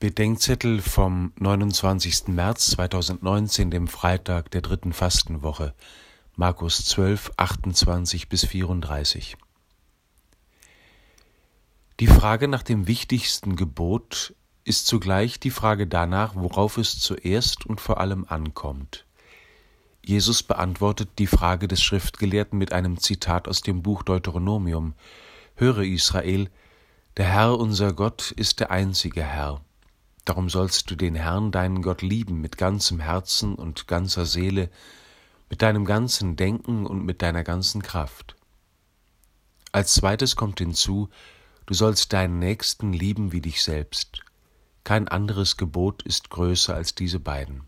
Bedenkzettel vom 29. März 2019, dem Freitag der dritten Fastenwoche, Markus 12, 28-34. Die Frage nach dem wichtigsten Gebot ist zugleich die Frage danach, worauf es zuerst und vor allem ankommt. Jesus beantwortet die Frage des Schriftgelehrten mit einem Zitat aus dem Buch Deuteronomium: Höre, Israel, der Herr, unser Gott, ist der einzige Herr. Darum sollst du den Herrn, deinen Gott, lieben mit ganzem Herzen und ganzer Seele, mit deinem ganzen Denken und mit deiner ganzen Kraft. Als zweites kommt hinzu, du sollst deinen Nächsten lieben wie dich selbst. Kein anderes Gebot ist größer als diese beiden.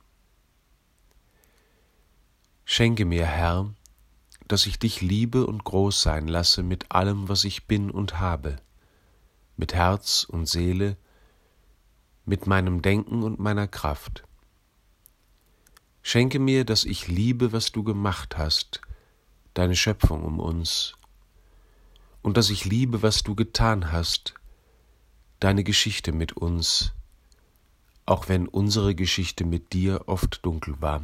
Schenke mir, Herr, dass ich dich liebe und groß sein lasse mit allem, was ich bin und habe, mit Herz und Seele, mit meinem Denken und meiner Kraft. Schenke mir, dass ich liebe, was du gemacht hast, deine Schöpfung um uns, und dass ich liebe, was du getan hast, deine Geschichte mit uns, auch wenn unsere Geschichte mit dir oft dunkel war.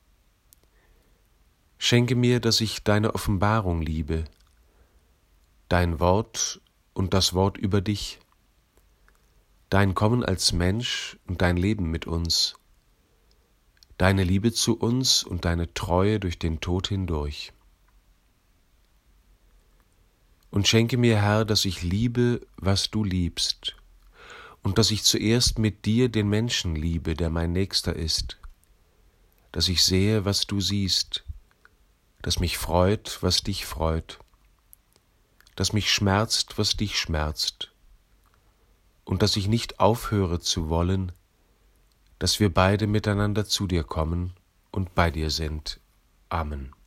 Schenke mir, dass ich deine Offenbarung liebe, dein Wort und das Wort über dich, dein Kommen als Mensch und dein Leben mit uns, deine Liebe zu uns und deine Treue durch den Tod hindurch. Und schenke mir, Herr, dass ich liebe, was du liebst, und dass ich zuerst mit dir den Menschen liebe, der mein Nächster ist, dass ich sehe, was du siehst, dass mich freut, was dich freut, dass mich schmerzt, was dich schmerzt, und dass ich nicht aufhöre zu wollen, dass wir beide miteinander zu dir kommen und bei dir sind. Amen.